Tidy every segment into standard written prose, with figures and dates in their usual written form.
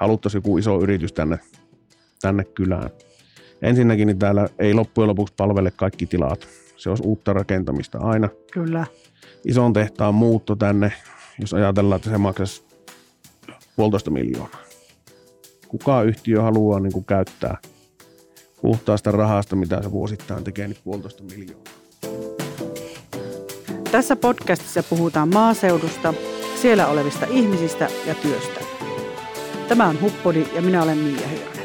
haluttaisiin joku iso yritys tänne kylään. Ensinnäkin niin täällä ei loppujen lopuksi palvele kaikki tilat. Se olisi uutta rakentamista aina. Kyllä. Ison tehtaan muutto tänne, jos ajatellaan, että se maksaisi 1,5 miljoonaa. Kuka yhtiö haluaa niin kuin käyttää puhtaasta rahasta, mitä se vuosittain tekee, niin 1,5 miljoonaa. Tässä podcastissa puhutaan maaseudusta, siellä olevista ihmisistä ja työstä. Tämä on Huppodi ja minä olen Miia Hyönen.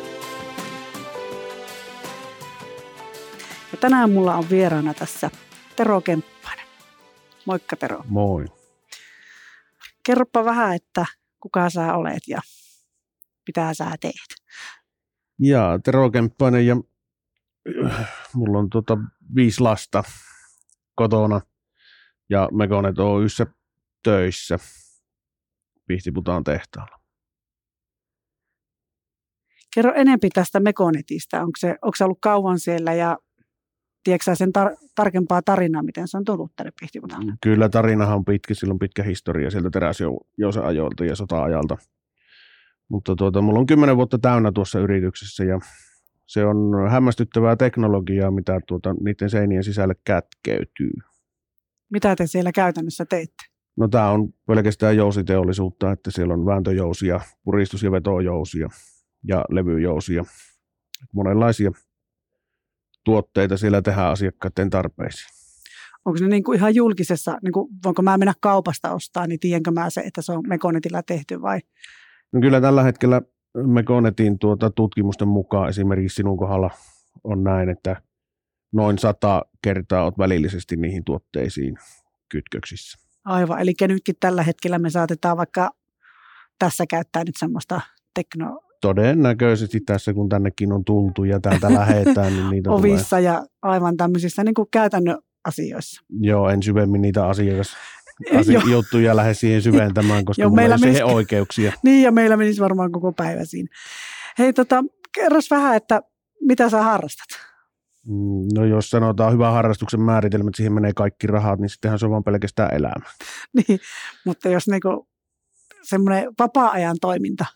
Ja tänään mulla on vieraana tässä Tero Kemppainen. Moikka Tero. Moi. Kerropa vähän, että kuka sä olet ja mitä sä teet. Ja Tero Kemppainen ja mulla on 5 lasta kotona ja Mekonet Oy:ssä töissä Pihtiputaan tehtaalla. Kerro enempi tästä Mekonetista. Onko se ollut kauan siellä ja tiedätkö sä sen tarkempaa tarinaa, miten se on tullut tänne Pihtiputaalle? Kyllä tarinahan on pitkä, sillä on pitkä historia sieltä teräsjousen ajoilta ja sota-ajalta. Mutta mulla on 10 vuotta täynnä tuossa yrityksessä ja se on hämmästyttävää teknologiaa, mitä niiden seinien sisälle kätkeytyy. Mitä te siellä käytännössä teette? No tämä on pelkästään jousiteollisuutta, että siellä on vääntöjousia, puristus- ja vetojousia ja levyjousia. Monenlaisia tuotteita siellä tehdään asiakkaiden tarpeisiin. Onko ne niinku ihan julkisessa, niinku, voinko mä mennä kaupasta ostaa, niin tiedänkö mä se, että se on Mekonetilla tehty vai? No kyllä tällä hetkellä Mekonetin tutkimusten mukaan esimerkiksi sinun kohdalla on näin, että noin 100 kertaa olet välillisesti niihin tuotteisiin kytköksissä. Aivan, eli nytkin tällä hetkellä me saatetaan vaikka tässä käyttää nyt semmoista Todennäköisesti tässä, kun tännekin on tultu ja täältä lähetään, niin niitä ovissa tulee. Ja aivan tämmöisissä niin kuin käytännön asioissa. Joo, en syvemmin niitä juttuja lähde siihen syventämään, koska mulla ei siihen oikeuksia. Niin, ja meillä menisi varmaan koko päivä siinä. Hei, kerros vähän, että mitä sä harrastat? No jos sanotaan hyvän harrastuksen määritelmä, että siihen menee kaikki rahat, niin sittenhän se on vaan pelkästään elämä. Niin, mutta jos niinku semmoinen vapaa-ajan toiminta.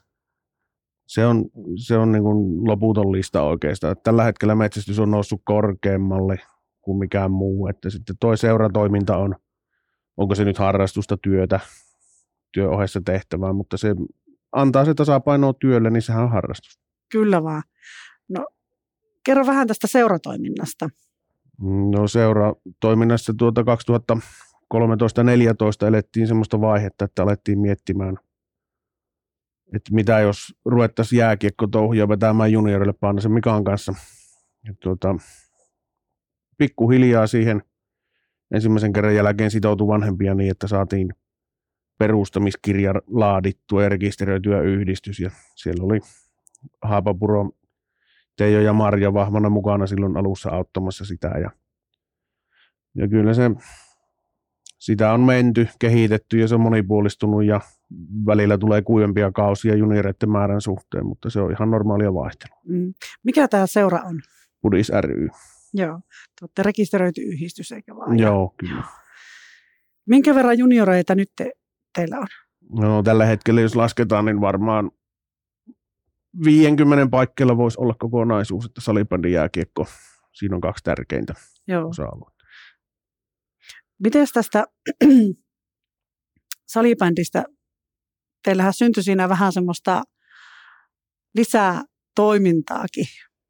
Se on niin kuin loputon lista oikeastaan. Tällä hetkellä metsästys on noussut korkeammalle kuin mikään muu. Että sitten toi seuratoiminta onko se nyt harrastusta, työtä, työn ohessa tehtävää, mutta se antaa se tasapainoa työlle, niin sehän on harrastus. Kyllä vaan. No, kerro vähän tästä seuratoiminnasta. No seuratoiminnassa 2013-2014 elettiin semmoista vaihetta, että alettiin miettimään, että mitä jos ruvettaisiin jääkiekkotouhuja vetämään juniorille Paanasen Mikan kanssa. Ja pikkuhiljaa siihen ensimmäisen kerran jälkeen sitoutui vanhempia niin, että saatiin perustamiskirja laadittua ja rekisteröityä yhdistys. Ja siellä oli Haapapuro, Teijo ja Marja vahvana mukana silloin alussa auttamassa sitä. Ja kyllä sitä on menty, kehitetty ja se on monipuolistunut ja välillä tulee kuivempia kausia junioreiden määrän suhteen, mutta se on ihan normaalia vaihtelua. Mikä tämä seura on? Pudis ry. Joo, te olette rekisteröity yhdistys eikä vaan? Joo, kyllä. Minkä verran junioreita nyt teillä on? No tällä hetkellä jos lasketaan, niin varmaan 50 paikkeilla voisi olla kokonaisuus, että salibändin jääkiekko, siinä on 2 tärkeintä osa-aluetta. Miten tästä salibändistä, teillähän syntyi siinä vähän semmoista lisää toimintaakin,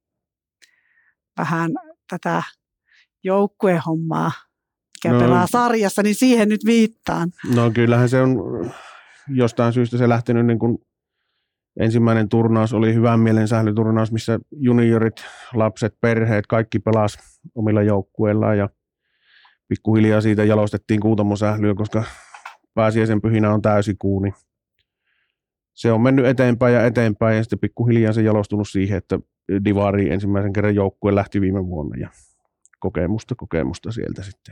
vähän tätä joukkuehommaa, mikä pelaa sarjassa, niin siihen nyt viittaan. No kyllähän se on jostain syystä se lähtenyt niin kuin ensimmäinen turnaus oli hyvän mielen sählyturnaus, missä juniorit, lapset, perheet, kaikki pelasi omilla joukkueillaan ja pikkuhiljaa siitä jalostettiin Kuutamosählyä, koska pääsiäisen pyhinä on täysikuu, niin se on mennyt eteenpäin ja sitten pikkuhiljaa se jalostunut siihen, että Divari ensimmäisen kerran joukkue lähti viime vuonna ja kokemusta sieltä sitten.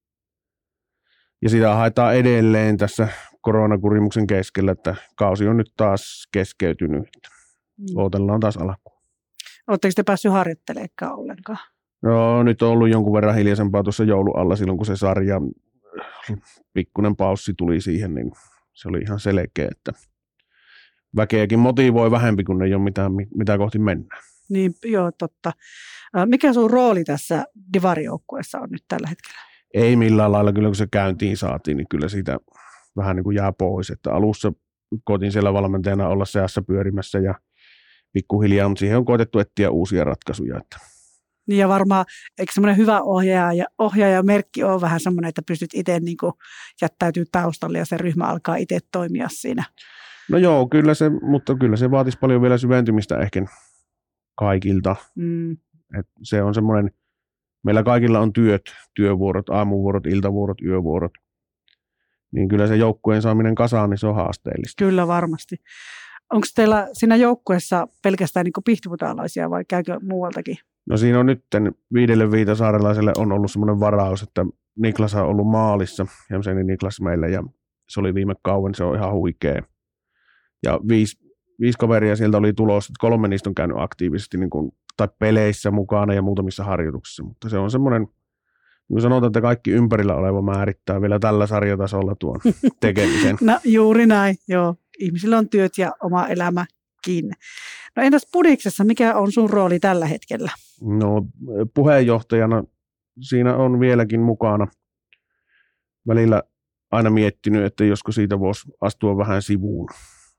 Ja sitä haetaan edelleen tässä koronakurimuksen keskellä, että kausi on nyt taas keskeytynyt. Odotellaan taas alkuun. Oletteko te päässyt harjoittelemaan ollenkaan? No nyt on ollut jonkun verran hiljaisempaa tuossa joulun alla silloin, kun se sarja pikkuinen paussi tuli siihen, niin se oli ihan selkeä, että väkeäkin motivoi vähempi, kun ei ole mitään, mitä kohti mennään. Niin, joo, totta. Mikä sun rooli tässä divarijoukkueessa on nyt tällä hetkellä? Ei millään lailla, kyllä kun se käyntiin saatiin, niin kyllä siitä vähän niin kuin jää pois. Että alussa koitin siellä valmentajana olla seassa pyörimässä ja pikkuhiljaa, mutta siihen on koetettu etsiä uusia ratkaisuja. Että. Niin ja varmaan, eikö semmoinen hyvä ohjaajamerkki ole vähän semmoinen, että pystyt itse niin kuin jättäytyy taustalle ja se ryhmä alkaa itse toimia siinä? No joo, mutta kyllä se vaatisi paljon vielä syventymistä ehkä kaikilta. Et se on semmoinen, meillä kaikilla on työvuorot, aamuvuorot, iltavuorot, yövuorot. Niin kyllä se joukkueen saaminen kasaan, niin se on haasteellista. Kyllä varmasti. Onko teillä siinä joukkueessa pelkästään niin pihtiputaalaisia vai käykö muualtakin? No siinä on nyt 5 viitasaarelaiselle on ollut semmoinen varaus, että Niklas on ollut maalissa, Jämseni Niklas meillä, ja se oli viime kauan, se on ihan huikea. Ja 5 kaveria sieltä oli tulossa, että 3 niistä on käynyt aktiivisesti niin kuin, tai peleissä mukana ja muutamissa harjoituksissa, mutta se on semmoinen, niin sanotaan, että kaikki ympärillä oleva määrittää vielä tällä sarjatasolla tuon tekemisen. No juuri näin, joo. Ihmisillä on työt ja oma elämäkin. No entäs Pudiksessa, mikä on sun rooli tällä hetkellä? No puheenjohtajana siinä on vieläkin mukana. Välillä aina miettinyt, että josko siitä voisi astua vähän sivuun.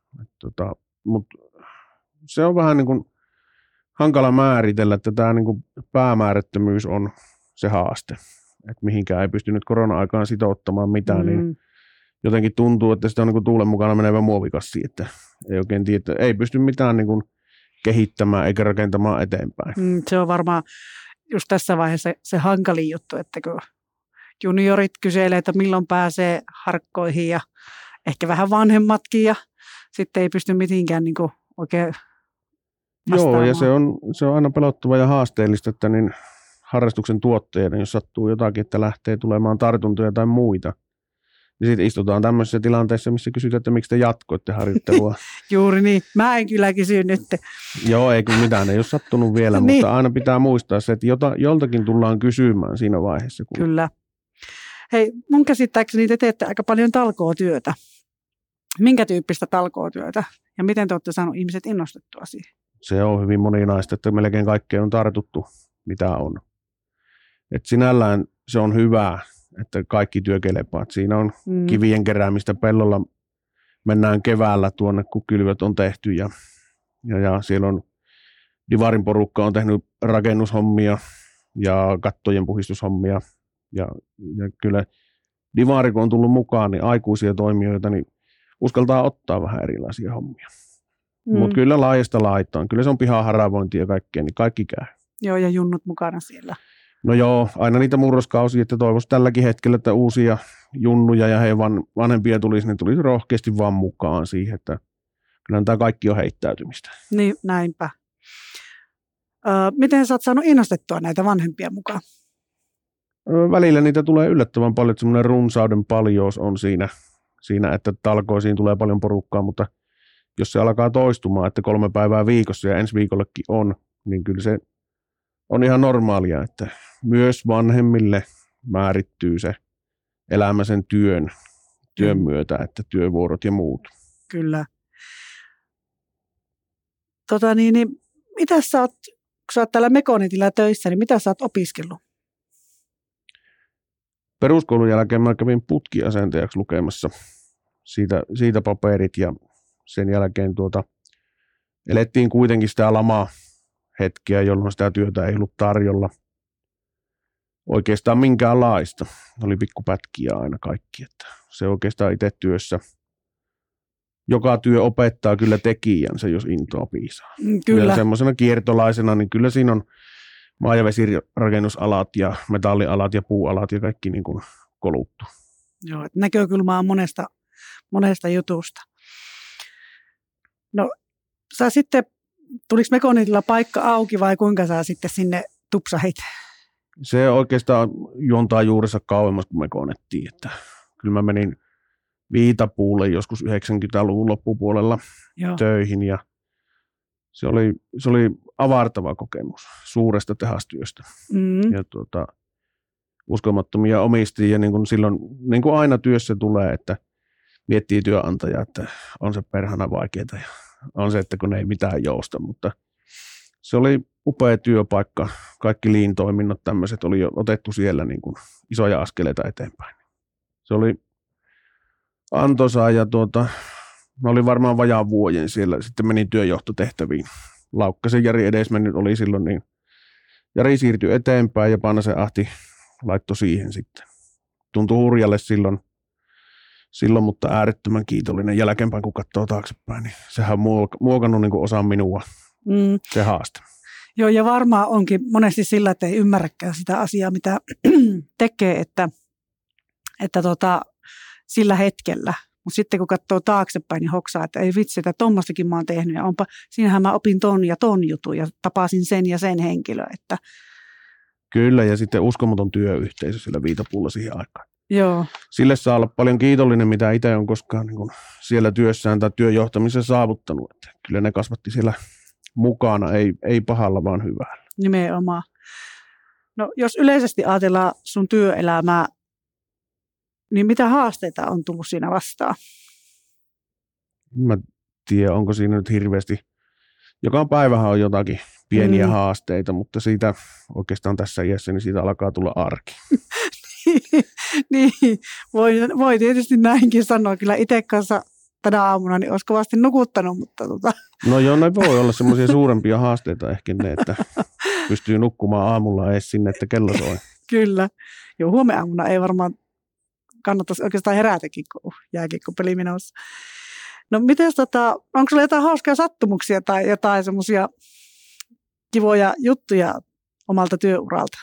Mutta se on vähän niin kuin hankala määritellä, että tämä niin kuin päämäärättömyys on se haaste. Että mihinkään ei pystynyt korona-aikaan sitouttamaan mitään, niin jotenkin tuntuu, että sitä on niin kuin tuulen mukana menevä muovikassi, että ei oikein tiedä, että ei pysty mitään niin kuin kehittämään eikä rakentamaan eteenpäin. Se on varmaan just tässä vaiheessa se hankalin juttu, että kun juniorit kyselee, että milloin pääsee harkkoihin ja ehkä vähän vanhemmatkin ja sitten ei pysty mitenkään niin kuin oikein vastaamaan. Joo, ja se on aina pelottava ja haasteellista, että niin harrastuksen tuottajana, jos sattuu jotakin, että lähtee tulemaan tartuntoja tai muita, niin sitten istutaan tämmöisessä tilanteessa, missä kysytään, että miksi te jatkoitte harjoittelua. Juuri niin. Mä en kyllä kysy nyt. Joo, ei kun mitään, ei ole sattunut vielä, niin. Mutta aina pitää muistaa se, että joltakin tullaan kysymään siinä vaiheessa. Kyllä. Hei, mun käsittääkseni te teette aika paljon talkootyötä. Minkä tyyppistä talkootyötä ja miten te olette saaneet ihmiset innostettua siihen? Se on hyvin moninaista, että melkein kaikkea on tartuttu, mitä on. Et sinällään se on hyvä, että kaikki työ kelepaa. Siinä on kivien keräämistä pellolla. Mennään keväällä tuonne, kun kylvöt on tehty ja siellä on Divarin porukka on tehnyt rakennushommia ja kattojen puhistushommia. Ja kyllä Divari, kun on tullut mukaan, niin aikuisia toimijoita, niin uskaltaa ottaa vähän erilaisia hommia. Mutta kyllä laajasta laitaan. Kyllä se on pihaharavointia ja kaikkea, niin kaikki käy. Joo, ja junnut mukana siellä. No joo, aina niitä murroskausia, että toivoisi tälläkin hetkellä, että uusia junnuja ja heidän vanhempia tulisi, niin tulisi rohkeasti vaan mukaan siihen, että kyllä tämä kaikki on heittäytymistä. Niin, näinpä. Miten sä oot saanut innostettua näitä vanhempia mukaan? Välillä niitä tulee yllättävän paljon, että semmoinen runsauden paljous on siinä, että talkoisiin tulee paljon porukkaa, mutta jos se alkaa toistumaan, että 3 päivää viikossa ja ensi viikollekin on, niin kyllä se on ihan normaalia, että myös vanhemmille määrittyy se elämä sen työn myötä, että työvuorot ja muut. Kyllä. Mitä sä oot, kun sä oot täällä Mekonitilla töissä, niin mitä sä oot opiskellut? Peruskoulun jälkeen mä kävin putkiasentajaksi lukemassa siitä paperit ja sen jälkeen elettiin kuitenkin sitä lama-hetkeä, jolloin sitä työtä ei ollut tarjolla oikeastaan minkäänlaista. Oli pikkupätkiä aina kaikki, että se oikeastaan itse työssä. Joka työ opettaa kyllä tekijänsä, jos intoa piisaa. Kyllä. Ja semmoisena kiertolaisena, niin kyllä siinä on maa- ja vesirakennusalat ja metallialat ja puualat ja kaikki niin kuin koluttu. Joo, näkökulma on monesta jutusta. No, sä sitten, tuliko Mekonitilla paikka auki vai kuinka sä sitten sinne tupsahit? Se oikeastaan juontaa juurensa kauemmas kuin me konettiin, että kyllä mä menin Viitapuulle joskus 90-luvun loppupuolella töihin ja se oli avartava kokemus suuresta tehastyöstä. Ja uskomattomia omistajia, niin kuin silloin, niin kuin aina työssä tulee, että miettii työnantaja, että on se perhana vaikeaa ja on se, että kun ne ei mitään jousta, mutta se oli upea työpaikka. Kaikki lean-toiminnot tämmöiset oli jo otettu siellä niin kuin isoja askeleita eteenpäin. Se oli antoisaa ja mä olin varmaan vajaan vuoden siellä. Sitten menin työjohtotehtäviin. Laukkasen Jari edesmennyt oli silloin, niin Jari siirtyi eteenpäin ja Paanasen Ahti laittoi siihen sitten. Tuntui hurjalle silloin, mutta äärettömän kiitollinen. Jälkeenpäin, kun katsoo taaksepäin, niin sehän on muokannut niin kuin osa minua, se haaste. Joo, ja varmaan onkin monesti sillä, että ei ymmärräkään sitä asiaa, mitä tekee, että sillä hetkellä. Mutta sitten kun katsoo taaksepäin, niin hoksaa, että ei vitsi, että tuommoistakin mä oon tehnyt. Ja siinähän mä opin ton ja ton jutun ja tapasin sen ja sen henkilön. Että... Kyllä, ja sitten uskomaton työyhteisö sillä Viitapuulla siihen aikaan. Joo. Sille saa olla paljon kiitollinen, mitä itse on koskaan niin kuin siellä työssään tai työjohtamisessa saavuttanut. Että kyllä ne kasvatti siellä mukana, ei pahalla, vaan hyvällä. Nimenomaan. No, jos yleisesti ajatellaan sun työelämää, niin mitä haasteita on tullut siinä vastaan? Mä tiedän, onko siinä nyt hirveästi. Joka päivähän on jotakin pieniä haasteita, mutta siitä oikeastaan tässä iässä, niin siitä alkaa tulla arki. Niin, voi tietysti näinkin sanoa. Kyllä itse kanssa tänä aamuna niin olisi kovasti nukuttanut, mutta No joo, ne voi olla semmoisia suurempia haasteita ehkä ne, että pystyy nukkumaan aamulla edes sinne, että kello soi. Kyllä. Joo, huomenna aamuna ei varmaan kannattaisi oikeastaan herätäkin, kun jääkiekkopeli menossa. No mites onko sulla jotain hauskaa sattumuksia tai jotain semmoisia kivoja juttuja omalta työuralta?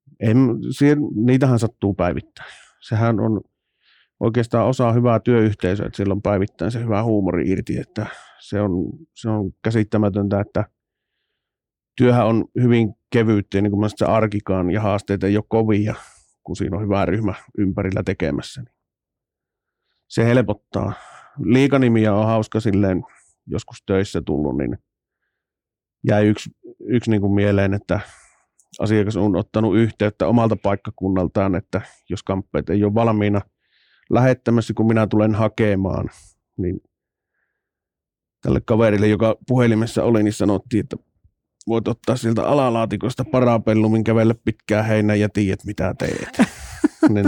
Niitähän sattuu päivittäin. Sehän on oikeastaan osa hyvää työyhteisöä, että siellä on päivittäin se hyvä huumori irti, että se on käsittämätöntä, että työhän on hyvin kevyyttä ja niin kuin se arkikaan ja haasteet ei ole kovia, kun siinä on hyvä ryhmä ympärillä tekemässä. Se helpottaa. Liikanimiä on hauska silleen joskus töissä tullut, niin jäi yksi niin kuin mieleen, että asiakas on ottanut yhteyttä omalta paikkakunnaltaan, että jos kamppeet ei ole valmiina lähettämässä, kun minä tulen hakemaan, niin tälle kaverille, joka puhelimessa oli, niin sanottiin, että voit ottaa sieltä alalaatikosta parapellumin, kävellä pitkään heinään ja tiedät, mitä teet. niin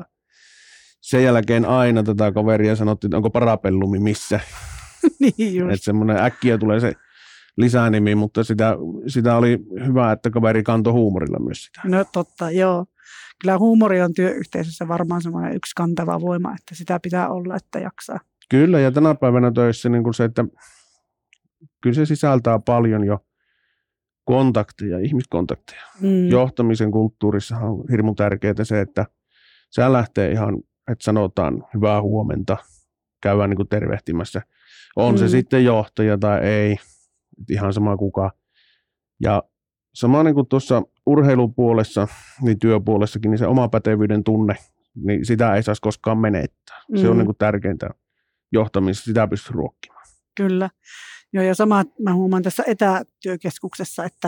sen jälkeen aina tätä kaveria sanottiin, että onko parapellumi missä. Niin just. Että semmoinen äkkiä tulee se lisänimi, mutta sitä oli hyvä, että kaveri kantoi huumorilla myös sitä. No totta, joo. Kyllä huumori on työyhteisössä varmaan semmoinen yksi kantava voima, että sitä pitää olla, että jaksaa. Kyllä, ja tänä päivänä töissä niin kuin se, että kyllä se sisältää paljon jo kontakteja, ihmiskontakteja. Johtamisen kulttuurissa on hirmu tärkeää se, että se lähtee ihan, että sanotaan hyvää huomenta, käydään niin kuin tervehtimässä. On se sitten johtaja tai ei, ihan sama kuka. Ja sama niin kuin tuossa urheilupuolessa, niin työpuolessakin, niin se oma pätevyyden tunne, niin sitä ei saisi koskaan menettää. Se on niin kuin tärkeintä johtamisessa, sitä pystyy ruokkimaan. Kyllä. Joo, ja sama mä huomaan tässä etätyökeskuksessa, että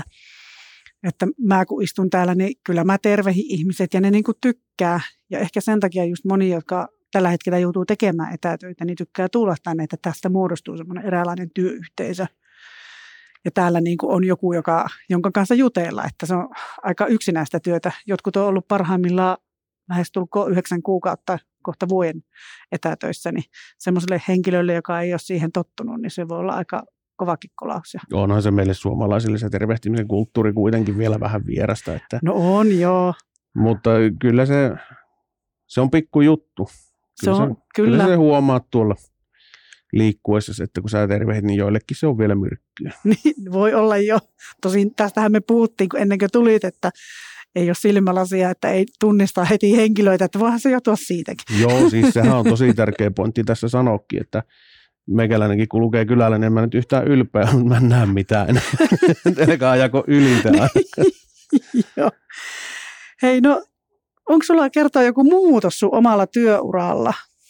mä kun istun täällä, niin kyllä mä tervehin ihmiset ja ne niin kuin tykkää. Ja ehkä sen takia just moni, jotka tällä hetkellä joutuu tekemään etätöitä, niin tykkää tulla tänne, että tästä muodostuu semmoinen eräänlainen työyhteisö. Ja täällä niin kuin on joku, jonka kanssa jutella, että se on aika yksinäistä työtä. Jotkut on ollut parhaimmillaan lähestulkoon 9 kuukautta, kohta vuoden etätöissä, niin semmoiselle henkilölle, joka ei ole siihen tottunut, niin se voi olla aika kovakin kolaus. Onhan se meille suomalaisille se tervehtimisen kulttuuri kuitenkin vielä vähän vierasta. Että... No on, joo. Mutta kyllä se on pikku juttu. Kyllä se huomaat tuolla liikkuessa, että kun sä tervehdit, niin joillekin se on vielä myrkkyä. Niin, voi olla jo. Tosin tästähän me puhuttiin, kun ennen kuin tulit, että ei ole silmälasia, että ei tunnista heti henkilöitä, että voihan se johtua siitäkin. Joo, siis sehän on tosi tärkeä pointti tässä sanoakin, että meikäläinenkin kun lukee kylällä, niin en mä nyt yhtään ylpeä, mutta mä en näe mitään. Eikä ajako ylitään. Joo. Hei, no onko sulla kertoa joku muutos sun omalla työuralla?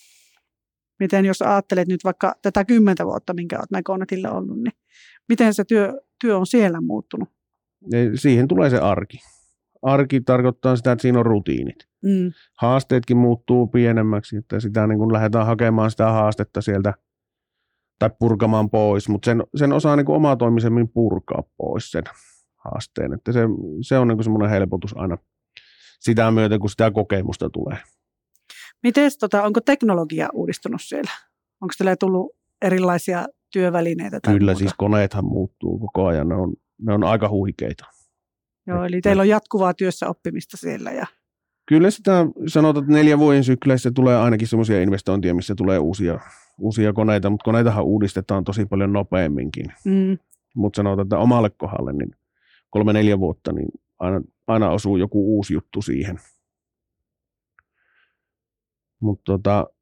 Miten jos ajattelet nyt vaikka tätä 10 vuotta, minkä olet Mekonetilla ollut, niin miten se työ on siellä muuttunut? Siihen tulee se arki. Arki tarkoittaa sitä, että siinä on rutiinit. Haasteetkin muuttuu pienemmäksi, että sitä niin kuin lähdetään hakemaan sitä haastetta sieltä tai purkamaan pois, mutta sen osaa niin kuin omatoimisemmin purkaa pois sen haasteen, että se on niin kuin semmoinen helpotus aina sitä myöten, kun sitä kokemusta tulee. Mites, onko teknologia uudistunut siellä? Onko teille tullut erilaisia työvälineitä? Kyllä, muuta? siis koneethan muuttuu koko ajan, ne on aika huikeita. Joo, eli teillä on jatkuvaa työssä oppimista siellä. Ja... Kyllä sitä sanotaan, että 4 vuoden sykleissä tulee ainakin semmoisia investointeja, missä tulee uusia koneita, mutta koneitahan uudistetaan tosi paljon nopeamminkin. Mutta sanotaan, että omalle kohdalle niin 3-4 vuotta, niin aina osuu joku uusi juttu siihen. Mutta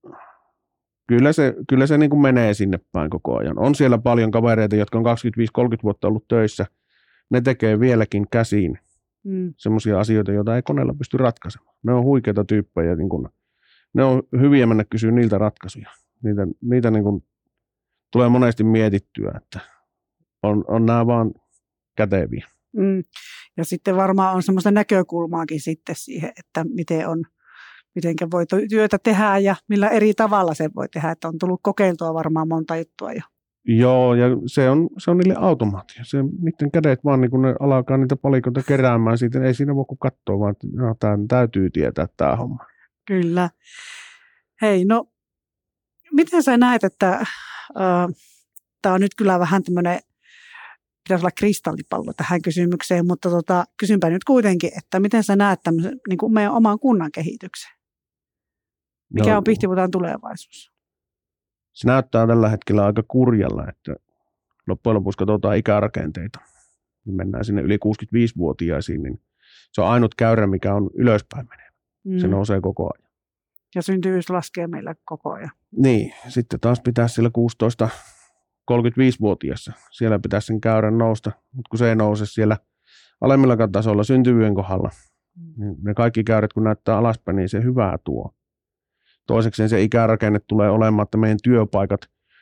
kyllä se niin kuin menee sinne päin koko ajan. On siellä paljon kavereita, jotka on 25-30 vuotta ollut töissä. Ne tekee vieläkin käsiin semmoisia asioita, joita ei koneella pysty ratkaisemaan. Ne on huikeita tyyppejä. Niin kuin, ne on hyviä mennä kysyä niiltä ratkaisuja. Niitä niin kuin tulee monesti mietittyä, että on nämä vaan käteviä. Ja sitten varmaan on semmoista näkökulmaakin sitten siihen, että miten voi työtä tehdä ja millä eri tavalla se voi tehdä. Että on tullut kokeiltua varmaan monta juttua jo. Joo, ja se on niille automaatio. Niiden kädet vaan, niin kun ne alkaa niitä palikoita keräämään, siitä ei siinä voi kuin katsoa, vaan tämän täytyy tietää tämä homma. Kyllä. Hei, no miten sä näet, että tämä on nyt kyllä vähän tämmöinen, pitäisi olla kristallipallo tähän kysymykseen, mutta kysynpä nyt kuitenkin, että miten sä näet tämmöisen niin kuin meidän oman kunnan kehityksen? Mikä on Pihtiputaan tulevaisuus? Se näyttää tällä hetkellä aika kurjalla, että loppujen lopuksi katsotaan ikärakenteita. Niin mennään sinne yli 65-vuotiaisiin, niin se on ainut käyrä, mikä on ylöspäin menevä. Se nousee koko ajan. Ja syntyvyys laskee meillä koko ajan. Niin, sitten taas pitäisi siellä 16-35-vuotiaassa. Siellä pitäisi sen käyrän nousta, mutta kun se ei nouse siellä alemmillakaan tasolla syntyvyyden kohdalla, niin ne kaikki käyrät kun näyttää alaspäin, niin se hyvää tuo. Toisekseen se ikärakenne tulee olemaan, että meidän työpaikat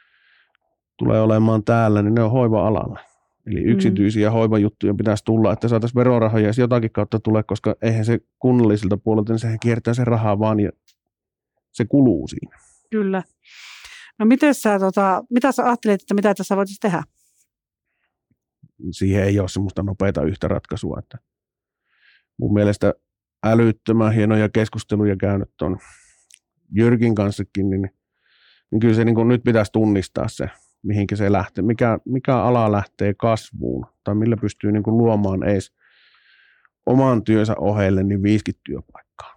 tulee olemaan täällä, niin ne on hoiva-alalla. Eli yksityisiä hoivajuttuja pitäisi tulla, että saataisiin verorahoja ja jotakin kautta tulee, koska eihän se kunnallisilta puolelta, niin sehän kiertää se rahaa vaan ja se kuluu siinä. Kyllä. No mitä sä ajattelet, että mitä tässä voitaisiin tehdä? Siihen ei ole semmoista nopeata yhtä ratkaisua. Että mun mielestä älyttömän hienoja keskusteluja käynyt on Jyrkin kanssakin, niin kyllä se niin kuin nyt pitäisi tunnistaa se, mihinkä se lähtee, mikä ala lähtee kasvuun, tai millä pystyy niin kuin luomaan edes oman työnsä ohelle niin 50 työpaikkaa.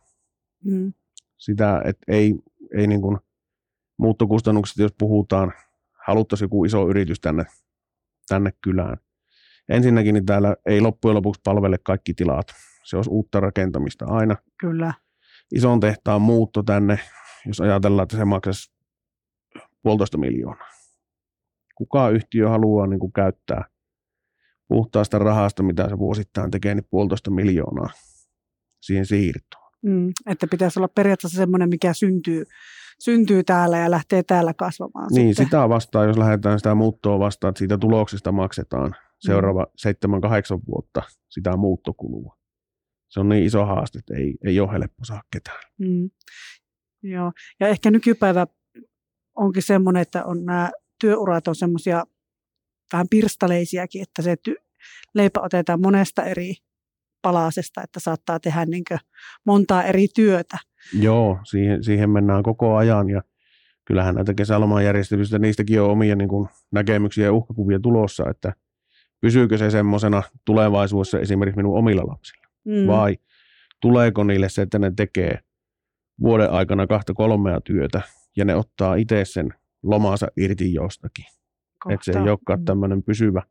Sitä, että ei niin kuin muuttokustannuksista, jos puhutaan, haluttaisiin joku iso yritys tänne kylään. Ensinnäkin niin täällä ei loppujen lopuksi palvele kaikki tilat. Se olisi uutta rakentamista aina. Kyllä. Ison tehtaan muutto tänne, jos ajatellaan, että se maksaisi 1,5 miljoonaa. Kuka yhtiö haluaa niin kuin käyttää puhtaasta rahasta, mitä se vuosittain tekee, niin 1,5 miljoonaa siihen siirtoon. Että pitäisi olla periaatteessa semmoinen, mikä syntyy täällä ja lähtee täällä kasvamaan. Niin, sitten. sitä vastaan, jos lähdetään sitä muuttoa vastaan, että siitä tuloksesta maksetaan seuraava 7-8 vuotta sitä muuttokulua. Se on niin iso haaste, että ei ole helppo saada ketään. Joo, ja ehkä nykypäivä onkin semmoinen, että nämä työurat on semmoisia vähän pirstaleisiakin, että se leipä otetaan monesta eri palasesta, että saattaa tehdä niin kuin montaa eri työtä. Joo, siihen mennään koko ajan ja kyllähän näitä kesälomajärjestelyistä, niistäkin on omia niin kuin näkemyksiä ja uhkakuvia tulossa, että pysyykö se semmoisena tulevaisuudessa esimerkiksi minun omilla lapsilla vai tuleeko niille se, että ne tekee vuoden aikana 2-3 työtä ja ne ottaa itse sen lomansa irti jostakin. Että se ei olekaan tämmöinen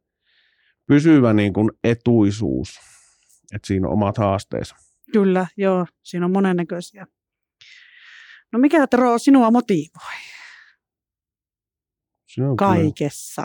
pysyvä niin kuin etuisuus, että siinä on omat haasteensa. Kyllä, joo, siinä on monennäköisiä. No mikä, Tero, sinua motivoi kaikessa?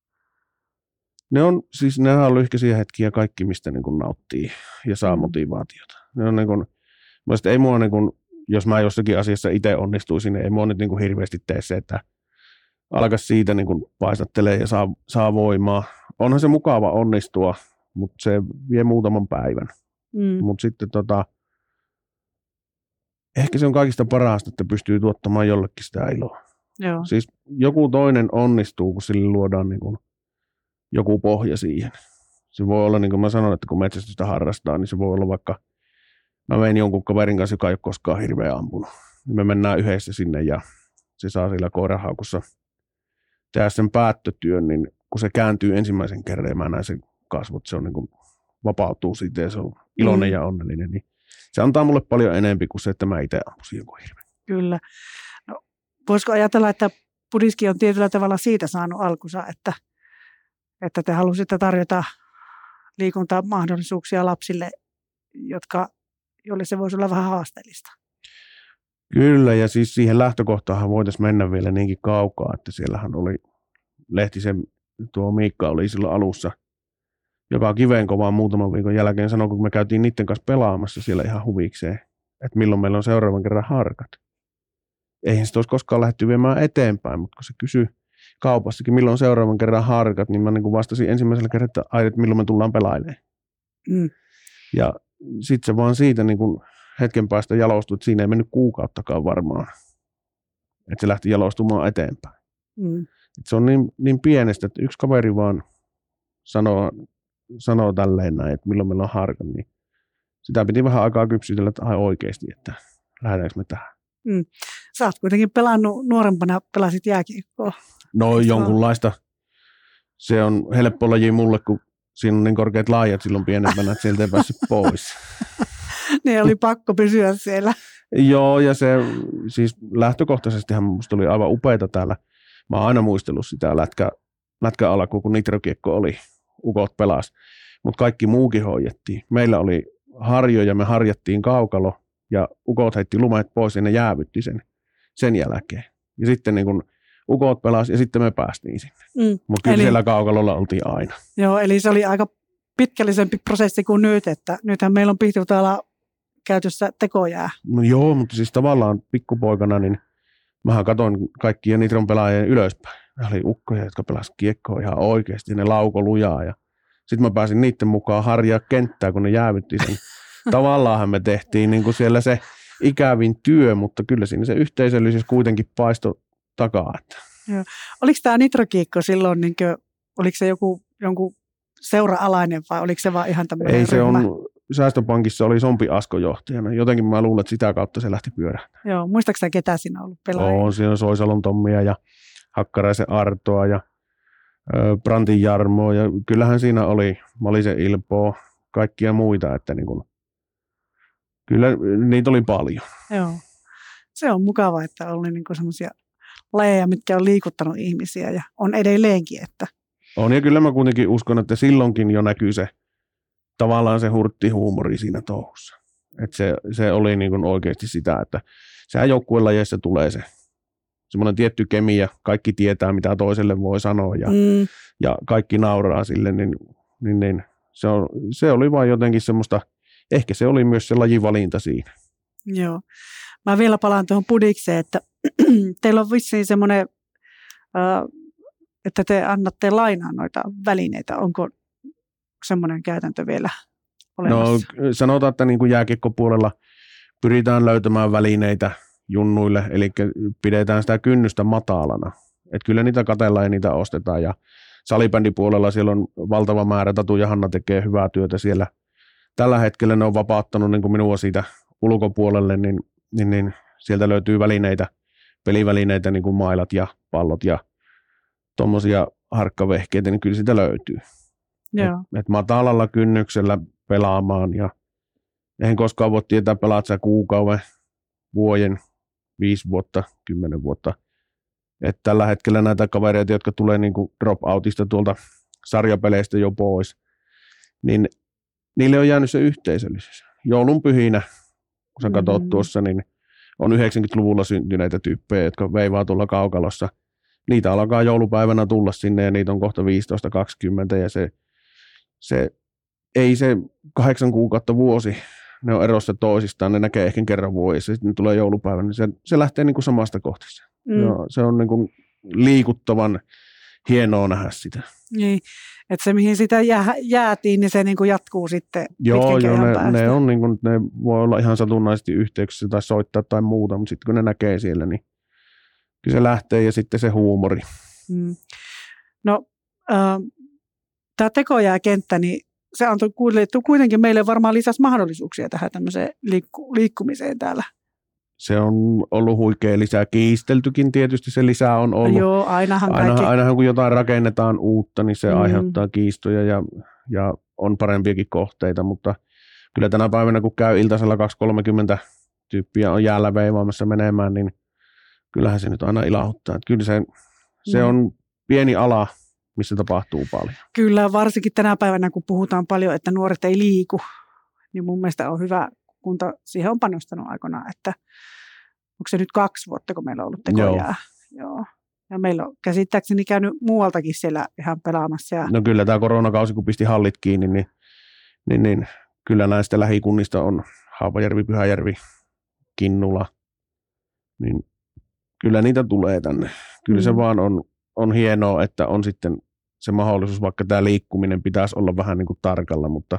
Nehän on lyhkäisiä hetkiä kaikki, mistä niin kuin nauttii ja saa motivaatiota. Ne on niin kuin, ei mua niin kuin, jos mä jossakin asiassa itse onnistuisin, niin ei mua nyt niin kuin hirveästi tee se, että alkaisi siitä niin kuin paistattelee ja saa voimaa. Onhan se mukava onnistua, mutta se vie muutaman päivän. Mutta sitten ehkä se on kaikista parasta, että pystyy tuottamaan jollekin sitä iloa. Joo. Siis joku toinen onnistuu, kun sille luodaan niin kuin joku pohja siihen. Se voi olla, niin kuin mä sanon, että kun metsästystä harrastaa, niin se voi olla vaikka, mä menen jonkun kaverin kanssa, joka ei ole koskaan hirveä ampunut. Me mennään yhdessä sinne ja se saa sillä koirahaukussa tehdä sen päättötyön, niin kun se kääntyy ensimmäisen kerran ja mä näen sen kasvot, se on niin kuin vapautuu siitä ja se on iloinen ja onnellinen, niin se antaa mulle paljon enemmän kuin se, että mä itse ampuisin jonkun hirveän. Kyllä. No, voisiko ajatella, että Pudiski on tietyllä tavalla siitä saanut alkunsa, että te halusitte tarjota liikuntamahdollisuuksia lapsille, joille se voisi olla vähän haasteellista? Kyllä, ja siis siihen lähtökohtaan voitaisiin mennä vielä niinkin kaukaa, että siellähän oli Lehtisen, tuo Miikka oli silloin alussa, joka kiveen kovaan muutaman viikon jälkeen sanoi, kun me käytiin niiden kanssa pelaamassa siellä ihan huvikseen, että milloin meillä on seuraavan kerran harkat. Eihän sitä olisi koskaan lähdetty viemään eteenpäin, mutta kun se kysyi kaupassakin, milloin on seuraavan kerran harkat, niin mä niin kuin vastasin ensimmäisellä kerralla, että milloin me tullaan pelailemaan. Ja sitten se vaan siitä niin kuin hetken päästä jalostui, että siinä ei mennyt kuukauttakaan varmaan, että se lähti jalostumaan eteenpäin. Et se on niin pienestä, että yksi kaveri vaan sanoo tälleen näin, että milloin meillä on harkat, niin sitä piti vähän aikaa kypsytellä, että oikeasti, että lähdetäänkö me tähän. Sä oot kuitenkin pelannut nuorempana, pelasit jääkiekkoa. No jonkunlaista. Se on helppo laji mulle, kun siinä on niin korkeat laajat silloin pienempänä, että sieltä ei päässyt pois. Niin oli pakko pysyä siellä. Joo, ja se siis lähtökohtaisestihan musta oli aivan upeata täällä. Mä oon aina muistellut sitä lätkä alkuun, kun nitrokiekko oli, ukot pelas. Mutta kaikki muukin hoidettiin. Meillä oli harjoja, me harjattiin kaukalo, ja ukot heitti lumet pois ja ne jäävytti sen jälkeen. Ja sitten niin kun ukot pelasi ja sitten me päästiin sinne. Mutta kyllä siellä kaukalolla oltiin aina. Joo, eli se oli aika pitkällisempi prosessi kuin nyt, että nythän meillä on Pihtiputaalla käytössä tekojää. No joo, mutta siis tavallaan pikkupoikana, niin mähän katsoin kaikkia Nitron pelaajien ylöspäin. Ne oli ukkoja, jotka pelasivat kiekkoa ihan oikeasti, ne lauko lujaa. Ja sitten mä pääsin niiden mukaan harjaa kenttää, kun ne jäävytti sen. Tavallaanhan me tehtiin niin kuin siellä se ikävin työ, mutta kyllä siinä se yhteisöllisyys kuitenkin paistoi takaa. Joo. Oliko tämä nitrokiekko silloin, oliko se jonkun seura-alainen vai oliko se vaan ihan tämmöinen Ei, se ryhmä? Säästöpankissa oli Sompi Asko johtajana. Jotenkin mä luulen, että sitä kautta se lähti pyörähtämään. Joo, muistaaksä sä ketä siinä on ollut pelaajia? On, siinä on Soisalon Tommia ja Hakkaraisen Artoa ja Brantin Jarmoa ja kyllähän siinä oli Malisen Ilpoa, kaikkia muita, että niin kuin, kyllä niitä oli paljon. Joo, se on mukava, että oli niin semmoisia lajeja, mitkä on liikuttanut ihmisiä ja on edelleenkin. Että. On ja kyllä mä kuitenkin uskon, että silloinkin jo näkyy se tavallaan se hurttihuumori siinä touhussa. Että se oli niin kuin oikeasti sitä, että sehän joukkuelajeissa tulee se semmoinen tietty kemia, kaikki tietää mitä toiselle voi sanoa ja kaikki nauraa sille, niin se oli vaan jotenkin semmoista, ehkä se oli myös se lajivalinta siinä. Joo. Mä vielä palaan tuohon Pudikseen, että teillä on vissiin semmoinen, että te annatte lainaa noita välineitä. Onko semmoinen käytäntö vielä olemassa? No sanotaan, että niin kuin jääkiekkopuolella pyritään löytämään välineitä junnuille, eli pidetään sitä kynnystä matalana. Että kyllä niitä katellaan ja niitä ostetaan. Ja salibändipuolella siellä on valtava määrä, Tatu ja Hanna tekee hyvää työtä siellä. Tällä hetkellä ne on vapauttanut niin kuin minua siitä ulkopuolelle, niin sieltä löytyy välineitä, pelivälineitä, niin kuin mailat ja pallot ja tuommoisia harkkavehkeitä, niin kyllä sitä löytyy. Et matalalla kynnyksellä pelaamaan ja eihän koskaan voi tietää, pelaat sä kuukauden, vuoden, 5 vuotta, 10 vuotta. Et tällä hetkellä näitä kavereita, jotka tulee niin kuin drop-outista tuolta sarjapeleistä jo pois, niin niille on jäänyt se yhteisöllisyys. Joulunpyhinä, kun sä katsot tuossa, niin on 90-luvulla syntyneitä tyyppejä, jotka veivaa tuolla kaukalossa. Niitä alkaa joulupäivänä tulla sinne ja niitä on kohta 15-20 ja ei se 8 kuukautta vuosi, ne on erossa toisistaan, ne näkee ehkä kerran vuodessa, sitten tulee joulupäivä, niin se lähtee niin kuin samasta kohtaa. Se on niin kuin liikuttavan hienoa nähdä sitä. Niin, että se mihin sitä jäätiin, niin se niin kuin jatkuu sitten pitkänkin ajan päästä. Ne on niin kuin, ne voi olla ihan satunnaisesti yhteyksissä tai soittaa tai muuta, mutta sitten kun ne näkee siellä, niin kyllä se lähtee ja sitten se huumori. No, tämä tekojääkenttä, niin se antoi kuitenkin meille varmaan lisäsi mahdollisuuksia tähän tämmöiseen liikkumiseen täällä. Se on ollut huikea lisää. Kiisteltykin tietysti se lisää on ollut. Joo, ainahan kun jotain rakennetaan uutta, niin se aiheuttaa kiistoja ja on parempiakin kohteita, mutta kyllä tänä päivänä, kun käy iltasella 230 tyyppiä on jäällä veivaamassa menemään, niin kyllähän se nyt aina ilahduttaa. Että kyllä se on pieni ala, missä tapahtuu paljon. Kyllä, varsinkin tänä päivänä, kun puhutaan paljon, että nuoret ei liiku, niin mun mielestä on hyvä, kunta siihen on panostanut aikoinaan, että onko se nyt 2 vuotta, kun meillä on ollut tekojää. Joo. Ja meillä on käsittääkseni käynyt muualtakin siellä ihan pelaamassa. No kyllä tämä koronakausi, kun pisti hallit kiinni, niin kyllä näistä lähikunnista on Haapajärvi, Pyhäjärvi, Kinnula, niin kyllä niitä tulee tänne. Kyllä se vaan on hienoa, että on sitten se mahdollisuus, vaikka tämä liikkuminen pitäisi olla vähän niin kuin tarkalla, mutta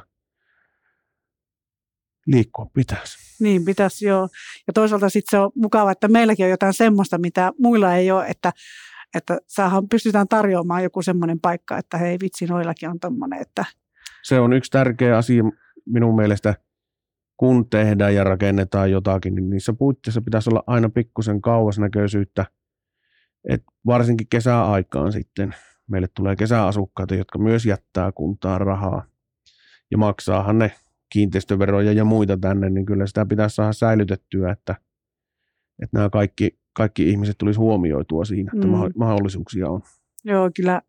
liikkua pitäisi. Niin, pitäisi joo. Ja toisaalta sitten se on mukava, että meilläkin on jotain semmoista, mitä muilla ei ole, että pystytään tarjoamaan joku semmoinen paikka, että hei vitsi, noillakin on tommoinen. Että se on yksi tärkeä asia minun mielestä, kun tehdään ja rakennetaan jotakin, niin niissä puitteissa pitäisi olla aina pikkusen kauasnäköisyyttä, että varsinkin kesäaikaan sitten meille tulee kesäasukkaita, jotka myös jättää kuntaan rahaa ja maksaahan ne kiinteistöveroja ja muita tänne, niin kyllä sitä pitäisi saada säilytettyä, että nämä kaikki ihmiset tulisi huomioitua siinä, että mahdollisuuksia on. Joo,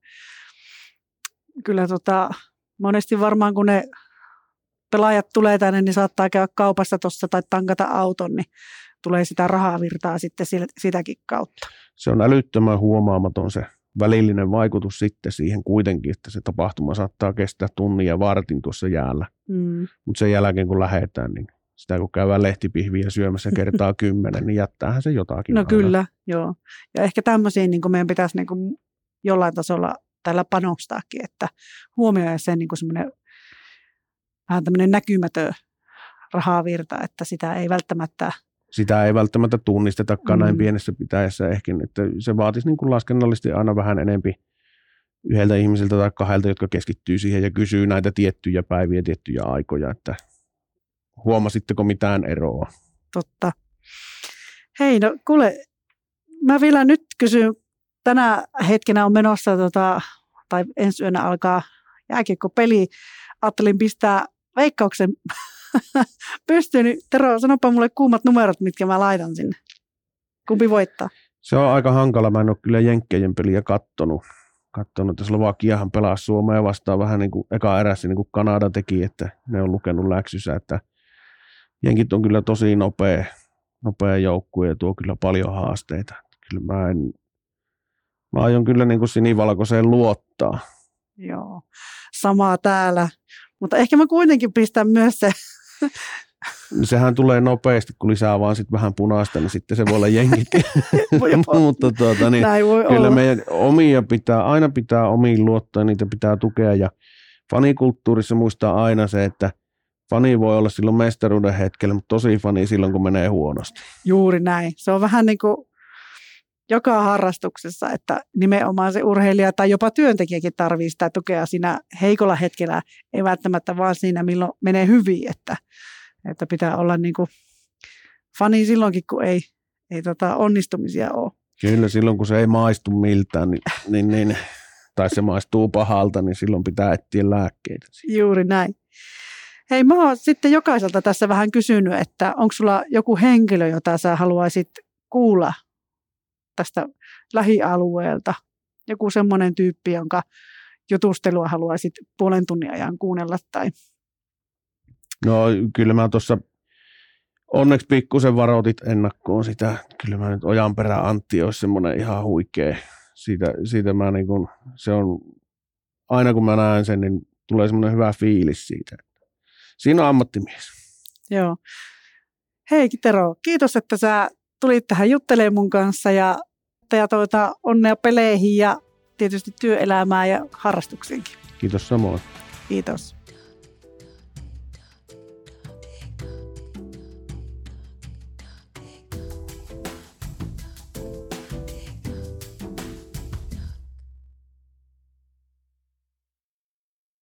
kyllä monesti varmaan kun ne pelaajat tulee tänne, niin saattaa käydä kaupassa tuossa tai tankata auton, niin tulee sitä rahavirtaa sitten sitäkin kautta. Se on älyttömän huomaamaton se välillinen vaikutus sitten siihen kuitenkin, että se tapahtuma saattaa kestää tunnin ja vartin tuossa jäällä. Mutta sen jälkeen kun lähdetään, niin sitä kun käydään lehtipihviä syömässä kertaa 10, niin jättäähän se jotakin. No aina. Kyllä, joo. Ja ehkä tämmöisiin niin meidän pitäisi niin jollain tasolla tällä panostaakin, että huomioida sen niin semmoinen vähän tämmöinen näkymätön rahavirta, että sitä ei välttämättä tunnistetakaan näin pienessä pitäjässä ehkä, että se vaatisi niin kuin laskennallisesti aina vähän enempi yhdeltä ihmiseltä tai 2, jotka keskittyy siihen ja kysyy näitä tiettyjä päiviä, tiettyjä aikoja, että huomasitteko mitään eroa? Totta. Hei, no kuule, mä vielä nyt kysyn, tänä hetkenä on menossa, tai ensi yönä alkaa jääkiekkopeli, ajattelin pistää Veikkauksen pystyyn, niin Tero, sanopa mulle kuumat numerot, mitkä mä laitan sinne. Kumpi voittaa? Se on aika hankala. Mä en ole kyllä Jenkkejen peliä kattonut, että Slovakiahan pelasi Suomea vastaan vähän niin kuin eka erässä, niin kuin Kanada teki, että ne on lukenut läksyssä, että Jenkit on kyllä tosi nopea joukkue ja tuo kyllä paljon haasteita. Kyllä mä aion kyllä niin kuin sinivalkoiseen luottaa. Joo, samaa täällä. Mutta ehkä mä kuitenkin pistän myös se. Sehän tulee nopeasti, kun lisää vaan sit vähän punaista, niin sitten se voi olla Jenkit. Mutta niin, kyllä olla. Meidän aina pitää omiin luottaa, niitä pitää tukea. Ja fanikulttuurissa muistaa aina se, että fani voi olla silloin mestaruuden hetkellä, mutta tosi fani silloin, kun menee huonosti. Juuri näin. Se on vähän niin kuin joka harrastuksessa, että nimenomaan se urheilija tai jopa työntekijäkin tarvitsee sitä tukea siinä heikolla hetkellä, ei välttämättä vaan siinä, milloin menee hyvin, että pitää olla niin kuin fani silloinkin, kun ei onnistumisia ole. Kyllä, silloin kun se ei maistu miltään, niin, tai se maistuu pahalta, niin silloin pitää etsiä lääkkeitä. Juuri näin. Hei, mä oon sitten jokaiselta tässä vähän kysynyt, että onko sulla joku henkilö, jota sä haluaisit kuulla tästä lähialueelta, joku semmoinen tyyppi, jonka jutustelua haluaisit puolen tunnin ajan kuunnella? Tai? No kyllä mä tuossa onneksi pikkusen varoitit ennakkoon sitä. Kyllä mä nyt Ojanperä Antti olisi semmoinen ihan huikea. Siitä mä niin kun, se on, aina kun mä näen sen, niin tulee semmoinen hyvä fiilis siitä. Siinä on ammattimies. Joo. Hei Tero, kiitos, että sä tulit tähän juttelemaan mun kanssa ja onnea peleihin ja tietysti työelämään ja harrastuksiinkin. Kiitos samoin. Kiitos.